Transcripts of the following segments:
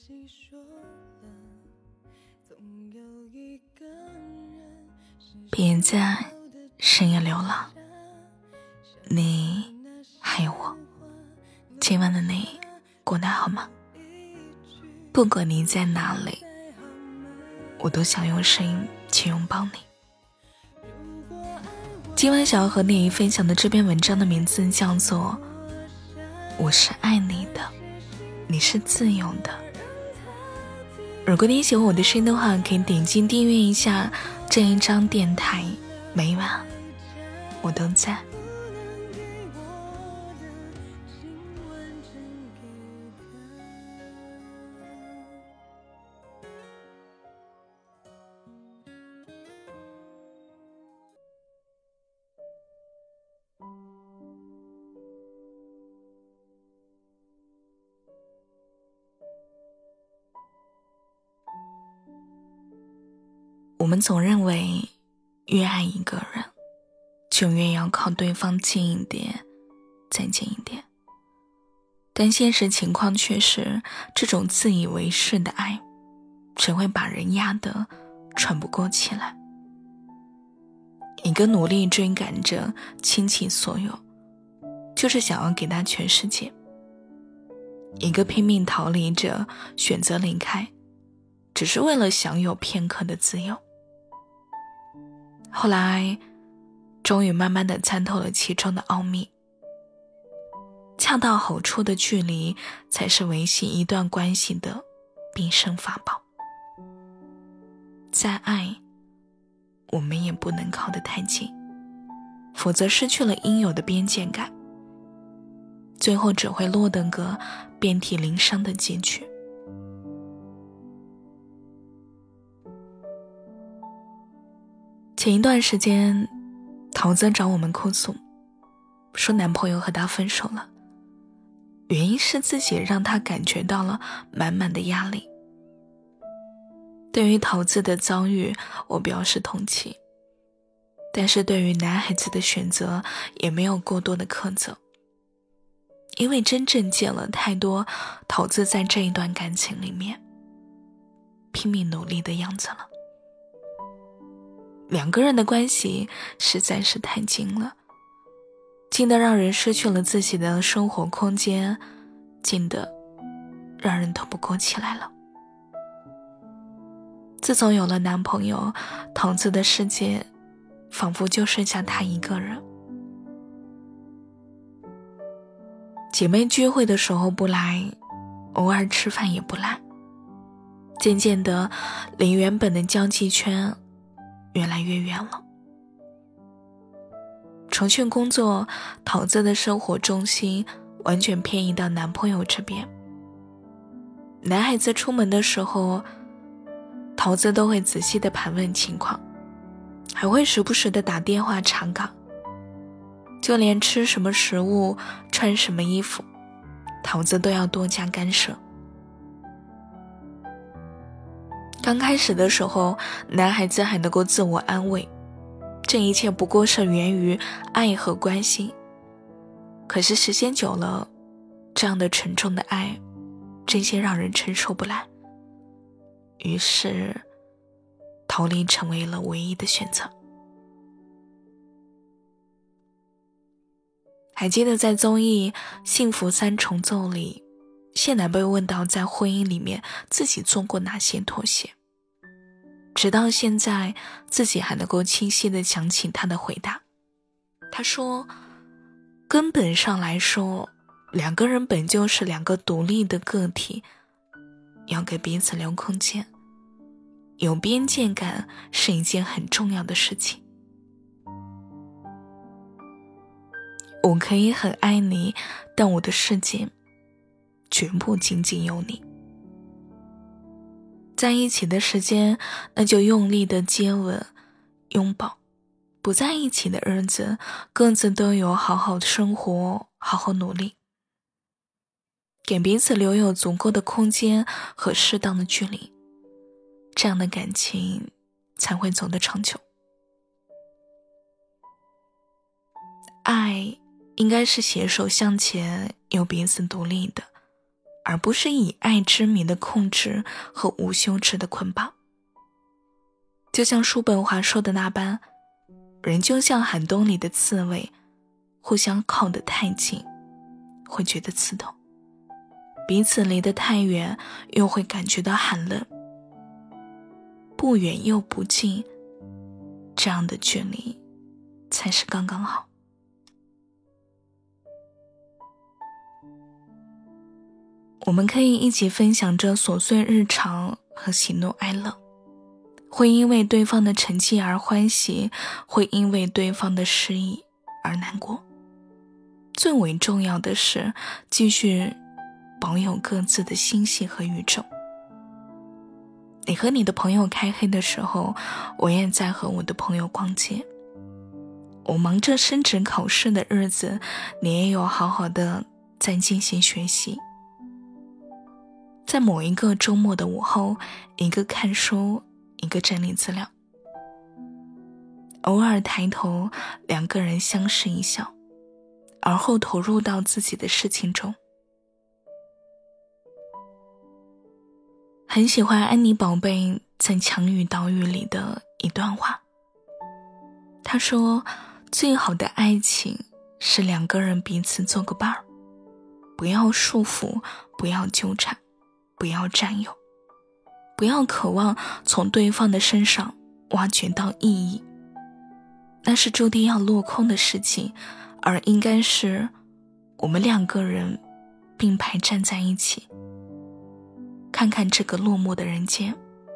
别在深夜流浪，你还有我。今晚的你过得好吗？不管你在哪里，我都想用声音去拥抱你。今晚想要和你分享的这篇文章的名字叫做我是爱你的，你是自由的。如果你喜欢我的声音的话，可以点击订阅一下这一张电台，每晚我都在。我们总认为越爱一个人就越要靠对方近一点再近一点，但现实情况却是这种自以为是的爱只会把人压得喘不过气来。一个努力追赶着倾其所有，就是想要给他全世界，一个拼命逃离着选择离开，只是为了享有片刻的自由。后来终于慢慢地参透了其中的奥秘，恰到好处的距离才是维系一段关系的必胜法宝。再爱我们也不能靠得太近，否则失去了应有的边界感，最后只会落得个遍体鳞伤的结局。前一段时间，桃子找我们哭诉，说男朋友和她分手了，原因是自己让她感觉到了满满的压力。对于桃子的遭遇，我表示同情，但是对于男孩子的选择也没有过多的苛责，因为真正见了太多桃子在这一段感情里面拼命努力的样子了。两个人的关系实在是太近了，近得让人失去了自己的生活空间，近得让人透不过气来了。自从有了男朋友，桃子的世界仿佛就剩下他一个人。姐妹聚会的时候不来，偶尔吃饭也不来，渐渐的离原本的交际圈越来越远了。重庆工作，桃子的生活重心完全偏移到男朋友这边。男孩子出门的时候，桃子都会仔细地盘问情况，还会时不时地打电话查岗。就连吃什么食物，穿什么衣服，桃子都要多加干涉。刚开始的时候，男孩子还能够自我安慰，这一切不过是源于爱和关心。可是时间久了，这样的沉重的爱真心让人承受不来，于是逃离成为了唯一的选择。还记得在综艺《幸福三重奏》里，谢楠被问到在婚姻里面自己做过哪些妥协，直到现在自己还能够清晰地想起他的回答。他说，根本上来说，两个人本就是两个独立的个体，要给彼此留空间，有边界感是一件很重要的事情。我可以很爱你，但我的世界绝不仅仅有你。在一起的时间，那就用力的接吻拥抱；不在一起的日子，各自都有好好的生活，好好努力，给彼此留有足够的空间和适当的距离，这样的感情才会走得长久。爱应该是携手向前，又彼此独立的， 而不是以爱之名的控制和无休止的捆绑。就像叔本华说的那般，人就像寒冬里的刺猬，互相靠得太近会觉得刺痛，彼此离得太远又会感觉到寒冷，不远又不近，这样的距离才是刚刚好。我们可以一起分享着琐碎日常和喜怒哀乐，会因为对方的成绩而欢喜，会因为对方的失意而难过。最为重要的是继续保有各自的心系和宇宙。你和你的朋友开黑的时候，我也在和我的朋友逛街。我忙着升职考试的日子，你也有好好的在进行学习。在某一个周末的午后，一个看书，一个整理资料。偶尔抬头，两个人相视一笑，而后投入到自己的事情中。很喜欢安妮宝贝在《强语岛屿》里的一段话，她说，最好的爱情是两个人彼此做个伴儿，不要束缚，不要纠缠，不要占有，不要渴望从对方的身上挖掘到意义，那是注定要落空的事情，而应该是我们两个人并排站在一起，看看这个落寞的人间。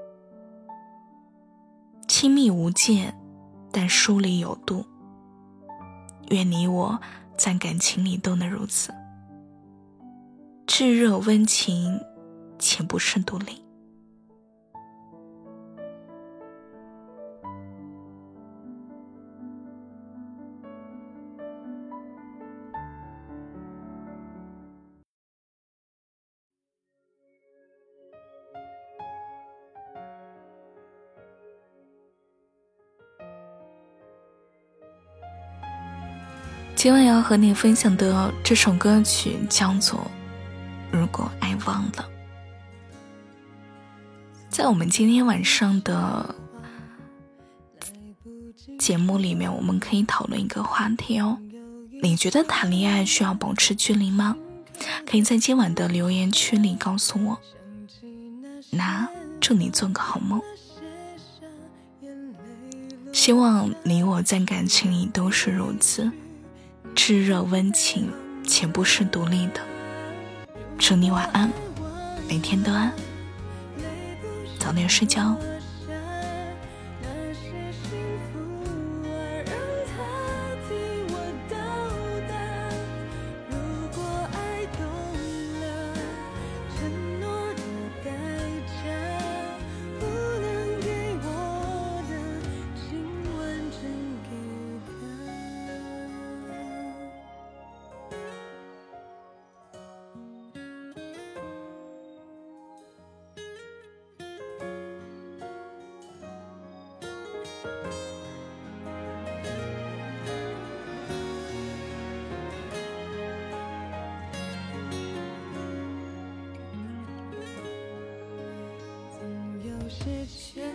亲密无间，但疏离有度，愿你我在感情里都能如此，炙热温情且不是独立。今晚要和你分享的这首歌曲叫做《如果爱忘了》。在我们今天晚上的节目里面，我们可以讨论一个话题哦。你觉得谈恋爱需要保持距离吗？可以在今晚的留言区里告诉我。那祝你做个好梦。希望你我在感情里都是如此，炙热温情且不是独立的。祝你晚安，每天都安，早点睡觉。世界